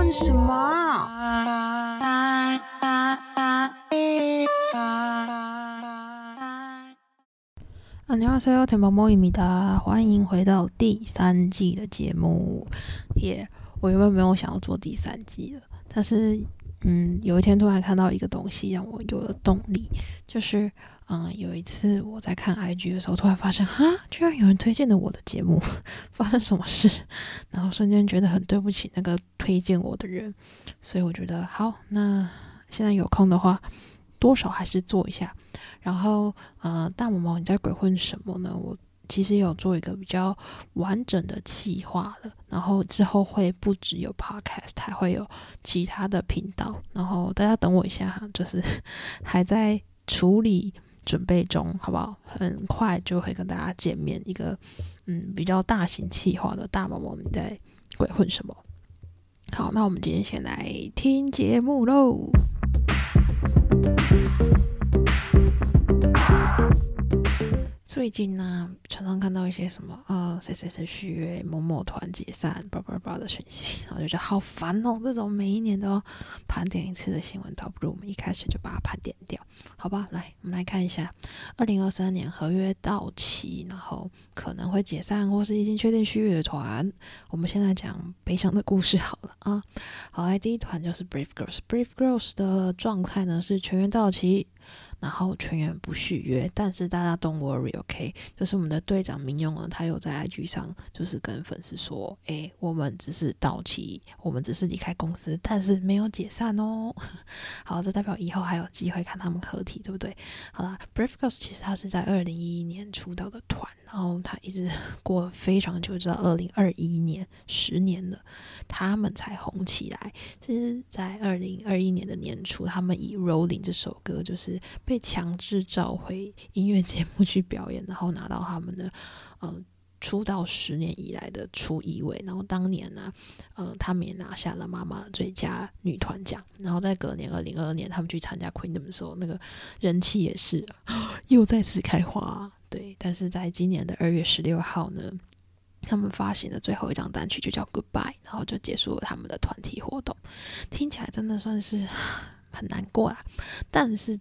混什么？ 안녕하세요，甜宝莫伊米达，欢迎回到第3季的节目。我原本没有想要做第3季了，但是有一天突然看到一个东西让我有了动力，就是有一次我在看 IG 的时候，突然发现居然有人推荐了我的节目，发生什么事？然后瞬间觉得很对不起那个推荐我的人，所以我觉得好，那现在有空的话，多少还是做一下。然后大毛毛你在鬼混什么呢？我其实有做一个比较完整的企划了，然后之后会不只有 podcast， 还会有其他的频道，然后大家等我一下哈，就是还在处理准备中，好不好？很快就会跟大家见面一个比较大型企划的大毛毛你在鬼混什么。好，那我们今天先来听节目咯。最近呢，常常看到一些什么谁谁谁续约，某某团解散，叭叭叭的讯息，然后就觉得好烦哦。这种每一年都要盘点一次的新闻，倒不如我们一开始就把它盘点掉，好吧？来，我们来看一下2023年合约到期，然后可能会解散或是已经确定续约的团。我们先来讲悲伤的故事好了啊。好，来第一团就是 Brave Girls。Brave Girls 的状态呢是全员到期，然后全员不续约，但是大家 don't worry OK， 就是我们的队长明勇呢，他有在 IG 上就是跟粉丝说，我们只是到期，我们只是离开公司，但是没有解散哦。好，这代表以后还有机会看他们合体，对不对？好啦， Brave Girls 其实他是在2011年出道的团，然后他一直过了非常久，直到2021年10年了，他们才红起来。其实在2021年的年初，他们以 Rolling 这首歌就是被强制召回音乐节目去表演，然后拿到他们的出道10年以来的初1位。然后当年呢他们也拿下了妈妈的最佳女团奖。然后在隔年2022年他们去参加 Queendom 的时候，那个人气也是又再次开花对，但是在今年的2月16号呢，他们发行的最后一张单曲就叫 Goodbye， 然后就结束了他们的团体活动。听起来真的算是很难过啦，但是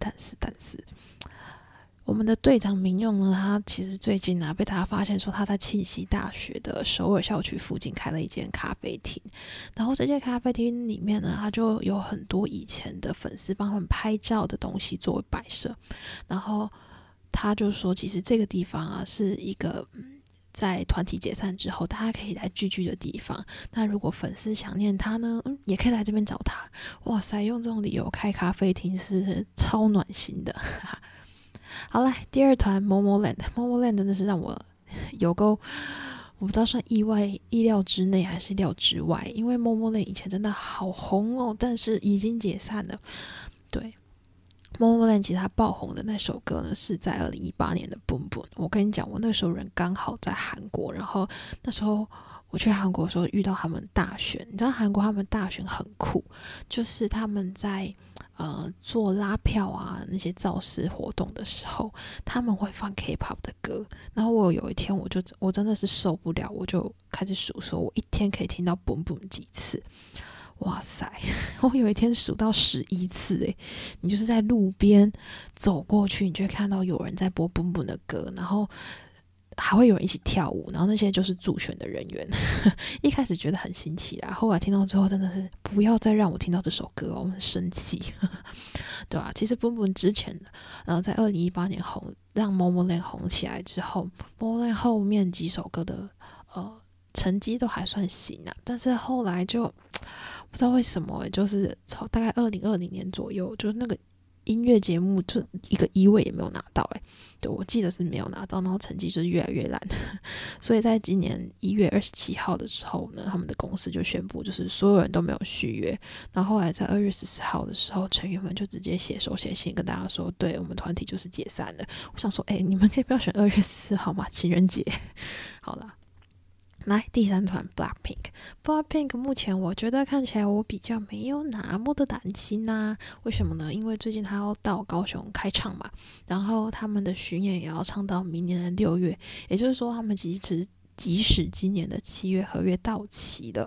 我们的队长明勇呢，他其实最近被大家发现说他在庆熙大学的首尔校区附近开了一间咖啡厅，然后这间咖啡厅里面呢，他就有很多以前的粉丝帮他们拍照的东西作为摆设，然后他就说其实这个地方是一个在团体解散之后大家可以来聚聚的地方，那如果粉丝想念他呢也可以来这边找他。哇塞，用这种理由开咖啡厅是超暖心的好来，第二团 Momoland 真的是让我有够我不知道算意料之内还是意料之外，因为 Momoland 以前真的好红哦，但是已经解散了。对，Momoland 其实他爆红的那首歌呢，是在2018年的 Boom Boom。我跟你讲，我那时候人刚好在韩国，然后那时候我去韩国的时候遇到他们大选。你知道韩国他们大选很酷，就是他们在做拉票那些造势活动的时候，他们会放 K-pop 的歌。然后我有一天我真的是受不了，我就开始数说我一天可以听到 Boom Boom 几次。哇塞，我有一天数到11次你就是在路边走过去，你就会看到有人在播 Boom Boom 的歌，然后还会有人一起跳舞，然后那些就是助选的人员一开始觉得很新奇啦，后来听到之后真的是不要再让我听到这首歌我很生气对吧？其实 Boom Boom 之前在2018年让 Momoland 红起来之后， Momoland 后面几首歌的成绩都还算行但是后来就不知道为什么就是大概2020年左右，就是那个音乐节目就一个1位也没有拿到对，我记得是没有拿到，然后成绩就是越来越烂所以在今年1月27号的时候呢，他们的公司就宣布就是所有人都没有续约。然后后来在2月14号的时候，成员们就直接写手写信跟大家说，对，我们团体就是解散了。我想说你们可以不要选2月14号吗？情人节好啦，来第3团 Blackpink 目前我觉得看起来我比较没有那么的担心为什么呢？因为最近他要到高雄开唱嘛，然后他们的巡演也要唱到明年的6月，也就是说他们即使今年的7月合约到期了，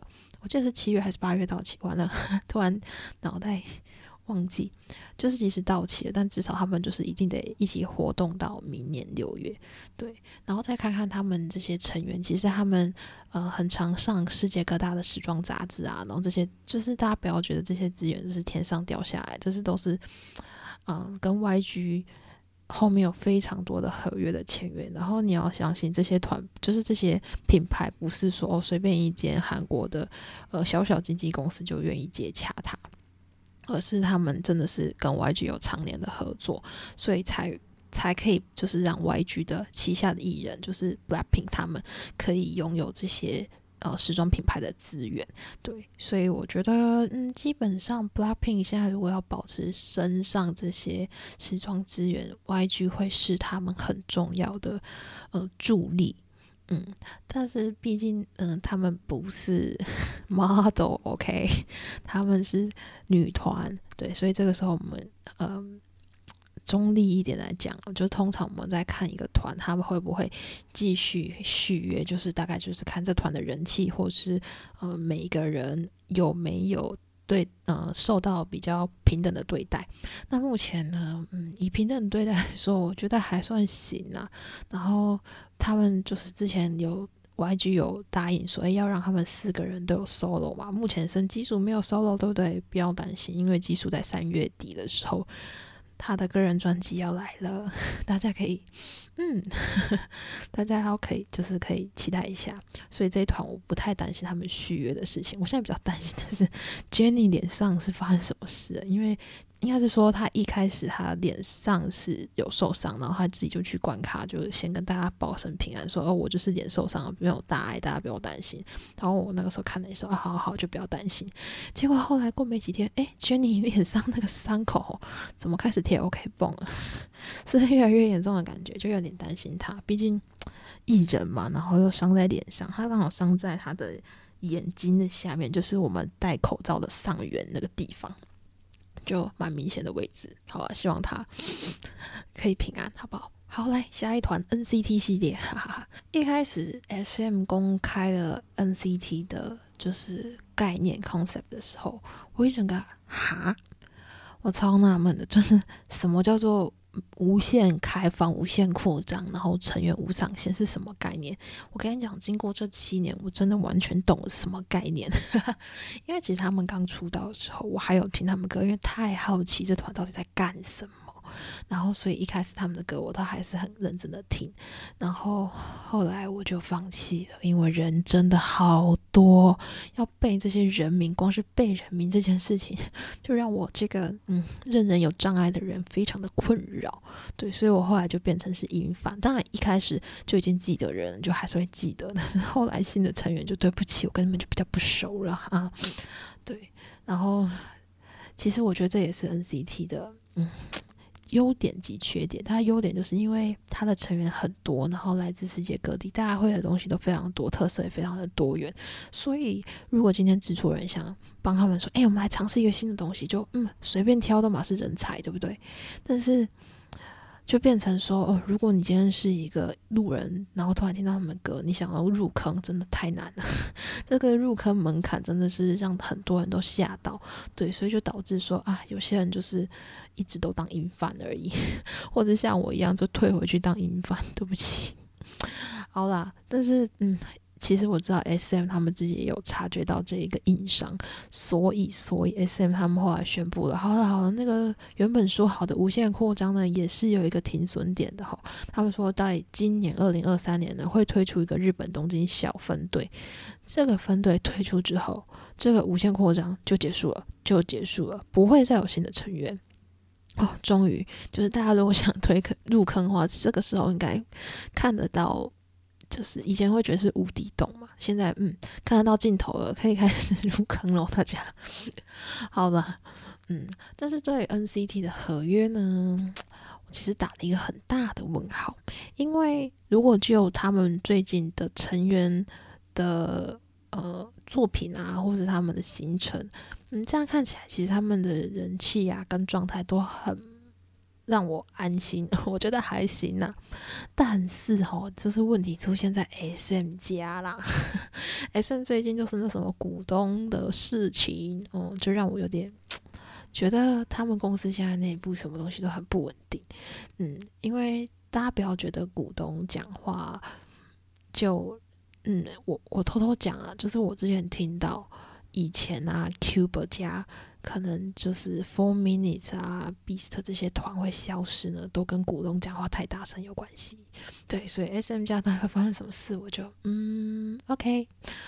我记得是7月还是8月到期，完了突然脑袋忘记，就是即使到期了，但至少他们就是一定得一起活动到明年6月，对。然后再看看他们这些成员，其实他们很常上世界各大的时装杂志啊，然后这些就是大家不要觉得这些资源就是天上掉下来，这是都是跟 YG 后面有非常多的合约的签约，然后你要相信这些就是这些品牌不是说随便一间韩国的小小经纪公司就愿意接洽它，而是他们真的是跟 YG 有常年的合作，所以才可以就是让 YG 的旗下的艺人就是 BLACKPINK 他们可以拥有这些时装品牌的资源，对。所以我觉得基本上 BLACKPINK 现在如果要保持身上这些时装资源， YG 会是他们很重要的助力。但是毕竟他们不是 model OK， 他们是女团，对。所以这个时候我们中立一点来讲，就是通常我们在看一个团他们会不会继续续约，就是大概就是看这团的人气，或是每一个人有没有受到比较平等的对待。那目前呢以平等的对待来说，我觉得还算行啊。然后他们就是之前YG 有答应说要让他们4个人都有 solo 嘛，目前生基础没有 solo， 对不对？不要担心，因为基础在3月底的时候他的个人专辑要来了，大家可以大家可以就是可以期待一下。所以这一团我不太担心他们续约的事情，我现在比较担心的是 Jennie 脸上是发生什么事了，因为应该是说他一开始他脸上是有受伤，然后他自己就去关卡，就先跟大家报声平安，说我就是脸受伤了，没有大碍，大家不用担心。然后我那个时候看的时候好就不要担心。结果后来过没几天Jennie 脸上那个伤口怎么开始贴 OK 绷了，是越来越严重的感觉，就有点担心他，毕竟艺人嘛，然后又伤在脸上，他刚好伤在他的眼睛的下面，就是我们戴口罩的上缘那个地方，就蛮明显的位置。好吧，希望他可以平安，好不好？好，来下一团 NCT 系列，哈哈哈。一开始 SM 公开了 NCT 的就是概念 concept 的时候，我一整个我超纳闷的，就是什么叫做无限开放、无限扩张，然后成员无上限是什么概念？我跟你讲，经过这7年，我真的完全懂了是什么概念。因为其实他们刚出道的时候，我还有听他们歌，因为太好奇这团到底在干什么。然后所以一开始他们的歌我都还是很认真的听，然后后来我就放弃了，因为人真的好多，要背这些人名，光是背人名这件事情就让我这个认人有障碍的人非常的困扰，对。所以我后来就变成是音范，当然一开始就已经记得人就还是会记得，但是后来新的成员就对不起，我跟你们就比较不熟了啊，对。然后其实我觉得这也是 NCT 的优点及缺点。它的优点就是因为它的成员很多，然后来自世界各地，大家会的东西都非常多，特色也非常的多元，所以如果今天制作人想帮他们说我们来尝试一个新的东西，就随便挑都嘛是人才，对不对？但是就变成说如果你今天是一个路人，然后突然听到他们的歌，你想要入坑真的太难了。这个入坑门槛真的是让很多人都吓到，对。所以就导致说有些人就是一直都当音范而已，或者像我一样就退回去当音范，对不起。好啦，但是其实我知道 SM 他们自己也有察觉到这一个硬伤，所以 SM 他们后来宣布了，好了，那个原本说好的无限扩张呢，也是有一个停损点的。他们说在今年2023年呢，会推出一个日本东京小分队，这个分队推出之后，这个无限扩张就结束了，不会再有新的成员。终于就是大家如果想入坑的话，这个时候应该看得到，就是以前会觉得是无底洞嘛，现在看得到尽头了，可以开始入坑了，大家。好吧，但是对于 NCT 的合约呢，我其实打了一个很大的问号，因为如果就他们最近的成员的作品啊，或者他们的行程，这样看起来其实他们的人气啊跟状态都很让我安心，我觉得还行啊。但是就是问题出现在 SM 家啦SM 最近就是那什么股东的事情，就让我有点觉得他们公司现在内部什么东西都很不稳定。因为大家不要觉得股东讲话就我偷偷讲啊，就是我之前听到以前啊 Cube 家可能就是 4 Minutes 啊 Beast 这些团会消失呢，都跟股东讲话太大声有关系。对，所以 SM 家大概发生什么事，我就OK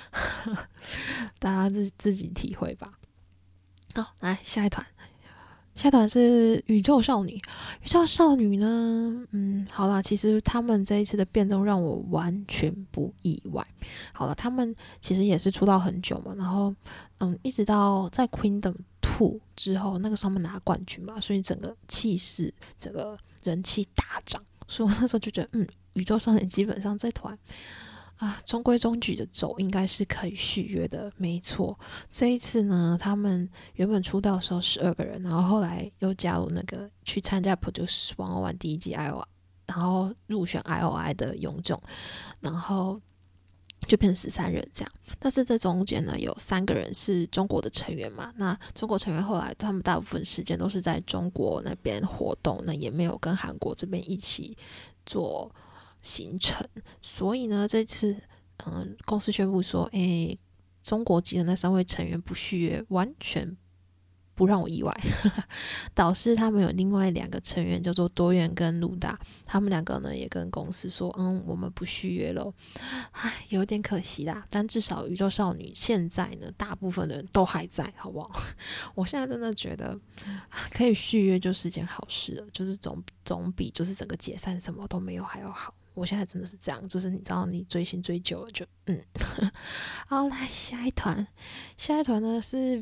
大家自己体会吧。好，来下一团是宇宙少女。宇宙少女呢，好啦，其实他们这一次的变动让我完全不意外。好了，他们其实也是出道很久嘛，然后一直到在 Queendom 2之后，那个时候他们拿冠军嘛，所以整个气势、整个人气大涨。所以我那时候就觉得，宇宙少女基本上这团中规中矩的走应该是可以续约的，没错。这一次呢，他们原本出道的时候12个人，然后后来又加入那个去参加 Produce 101第一季 IOI， 然后入选 IOI 的永炯，然后就变成13人这样。但是这中间呢，有3个人是中国的成员嘛，那中国成员后来他们大部分时间都是在中国那边活动，那也没有跟韩国这边一起做行程，所以呢，这次公司宣布说，中国籍的那3位成员不续约，完全不让我意外。导致他们有另外2个成员叫做多元跟鲁达，他们2个呢也跟公司说，我们不续约了，有点可惜啦。但至少宇宙少女现在呢，大部分的人都还在，好不好？我现在真的觉得可以续约就是件好事了，就是总比就是整个解散什么都没有还要好。我现在真的是这样，就是你知道你追星追久了就好，来下一团呢是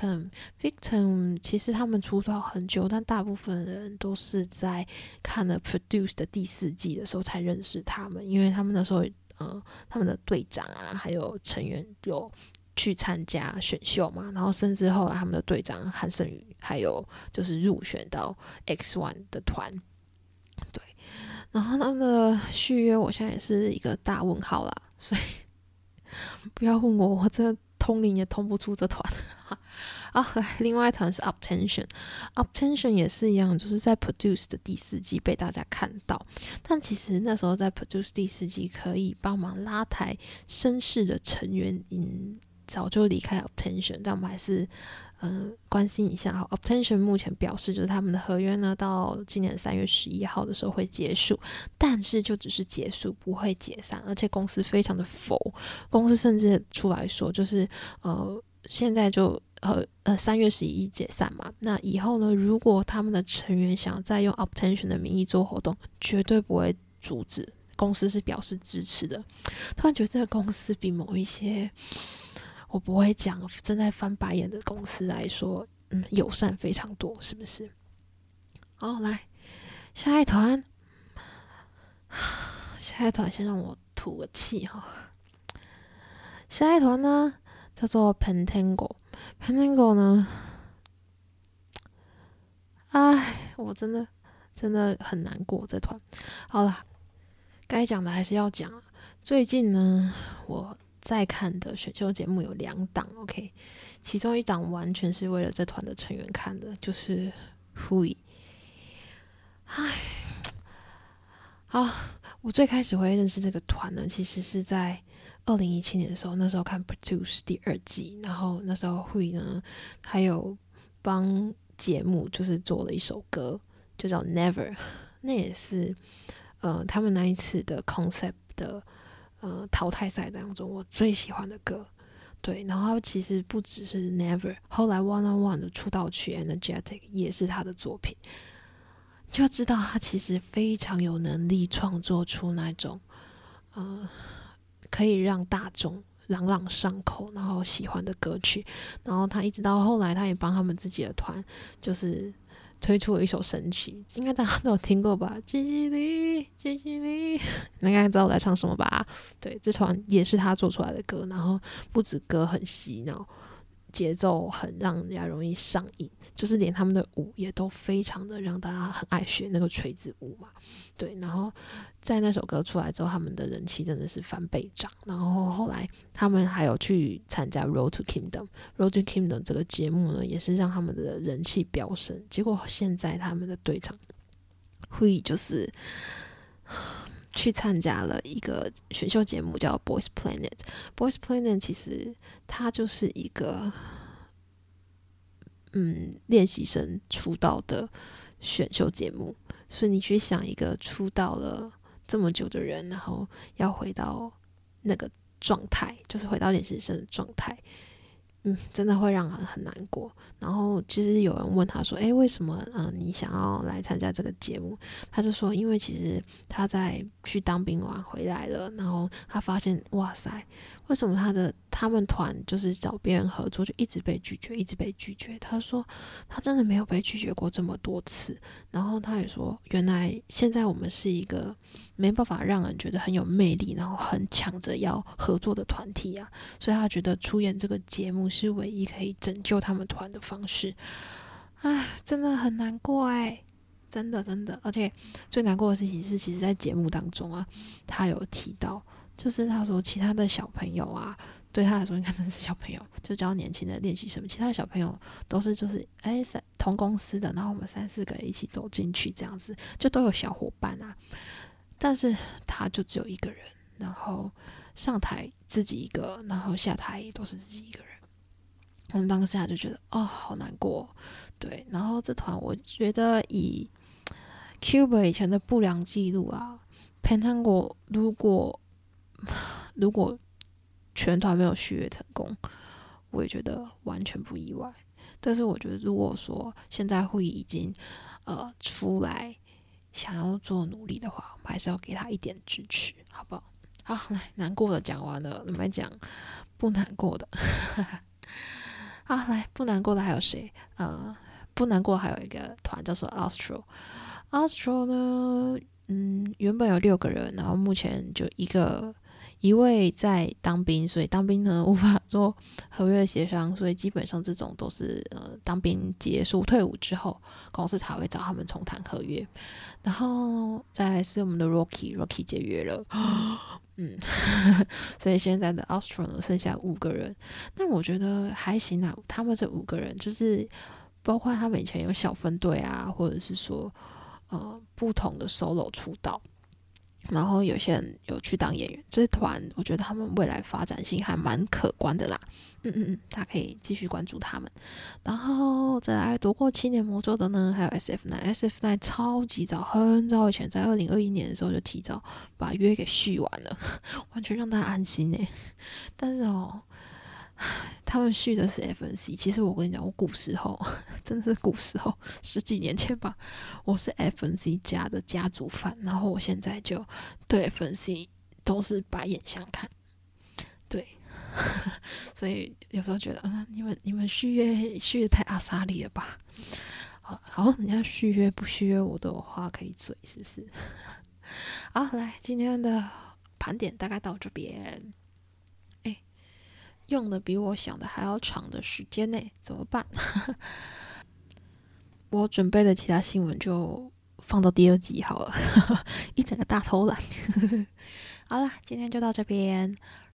Victim 其实他们出道很久，但大部分人都是在看了 Produce 的第4季的时候才认识他们，因为他们那时候他们的队长啊还有成员有去参加选秀嘛，然后甚至后来他们的队长韩胜宇还有就是入选到 X1 的团，对。然后他们的续约我现在也是一个大问号啦，所以不要问我这通灵也通不出这团。好，来另外一团是 Uptension 也是一样，就是在 Produce 的第4季被大家看到，但其实那时候在 Produce 第4季可以帮忙拉抬声势的成员早就离开 Uptension， 但我们还是关心一下。Uptension 目前表示就是他们的合约呢到今年3月11号的时候会结束，但是就只是结束不会解散，而且公司非常的佛，公司甚至出来说就是现在就3月11解散嘛，那以后呢如果他们的成员想再用 Uptension 的名义做活动，绝对不会阻止，公司是表示支持的。突然觉得这个公司比某一些我不会讲正在翻白眼的公司来说友善非常多，是不是？好，来下一团先让我吐个气哈。下一团呢叫做 Pentangle 呢，我真的很难过这团。好了，该讲的还是要讲。最近呢我在看的选秀节目有2档 ，OK， 其中一档完全是为了这团的成员看的，就是 Hui。好，我最开始会认识这个团呢，其实是在2017年的时候，那时候看 Produce 第2季，然后那时候 Hui 呢还有帮节目就是做了一首歌，就叫 Never， 那也是他们那一次的 concept 的淘汰赛当中我最喜欢的歌。对，然后其实不只是 Never， 后来 1on1 的出道曲 Energetic 也是他的作品，就知道他其实非常有能力创作出那种可以让大众朗朗上口然后喜欢的歌曲。然后他一直到后来他也帮他们自己的团就是推出了一首神曲，应该大家都有听过吧，吉吉里吉吉里，你应该知道我在唱什么吧。对，这团也是他做出来的歌，然后不止歌很洗脑， 节奏很让人家容易上瘾，就是连他们的舞也都非常的让大家很爱学那个锤子舞嘛。对，然后在那首歌出来之后，他们的人气真的是翻倍涨。然后后来他们还有去参加 Road to Kingdom。Road to Kingdom 这个节目呢，也是让他们的人气飙升。结果现在他们的队长会就是去参加了一个选秀节目叫 Boys Planet。Boys Planet 其实它就是一个练习生出道的选秀节目。所以你去想一个出道了这么久的人，然后要回到那个状态，就是回到练习生的状态，真的会让人很难过。然后其实有人问他说为什么你想要来参加这个节目？他就说因为其实他在去当兵完回来了，然后他发现哇塞，为什么他们团就是找别人合作就一直被拒绝，一直被拒绝。他说他真的没有被拒绝过这么多次。然后他也说原来现在我们是一个没办法让人觉得很有魅力，然后很抢着要合作的团体啊，所以他觉得出演这个节目是唯一可以拯救他们团的方式。真的很难过真的。而且最难过的事情是，其实在节目当中啊，他有提到，就是他说其他的小朋友啊，对他来说应该真是小朋友，就教年轻的练习生，其他的小朋友都是就是同公司的，然后我们3-4个一起走进去这样子，就都有小伙伴啊，但是他就只有一个人，然后上台自己一个，然后下台也都是自己一个人。我们当时就觉得好难过。对，然后这团我觉得以 Cube 以前的不良记录啊，Pentangle 如果全团没有续约成功，我也觉得完全不意外。但是我觉得如果说现在会已经出来想要做努力的话，我们还是要给他一点支持，好不好？好，来，难过的讲完了，我们来讲不难过的。好，来，不难过的还有谁？不难过还有一个团叫做 Astro。Astro 呢，原本有6个人，然后目前就一位在当兵，所以当兵呢无法做合约协商，所以基本上这种都是当兵结束退伍之后，公司才会找他们重谈合约。然后再来是我们的 Rocky 解约了，所以现在的 Astro 呢剩下5个人，但我觉得还行啊。他们这5个人就是包括他们以前有小分队啊，或者是说不同的 solo 出道。然后有些人有去当演员，这团我觉得他们未来发展性还蛮可观的啦。大家可以继续关注他们。然后再来夺过7年魔咒的呢，还有 SF9。SF9 超级早，很早以前，在2021年的时候就提早把约给续完了，完全让大家安心但是他们续的是 FNC。其实我跟你讲，我古时候真的是古时候10几年前吧，我是 FNC 家的家族fan，然后我现在就对 FNC 都是白眼相看。对，所以有时候觉得你们续约续的太阿萨里了吧。好，人家续约不续约我都有话可以嘴，是不是？好，来，今天的盘点大概到这边。用的比我想的还要长的时间怎么办？我准备的其他新闻就放到第2集好了，一整个大偷懒。好啦，今天就到这边。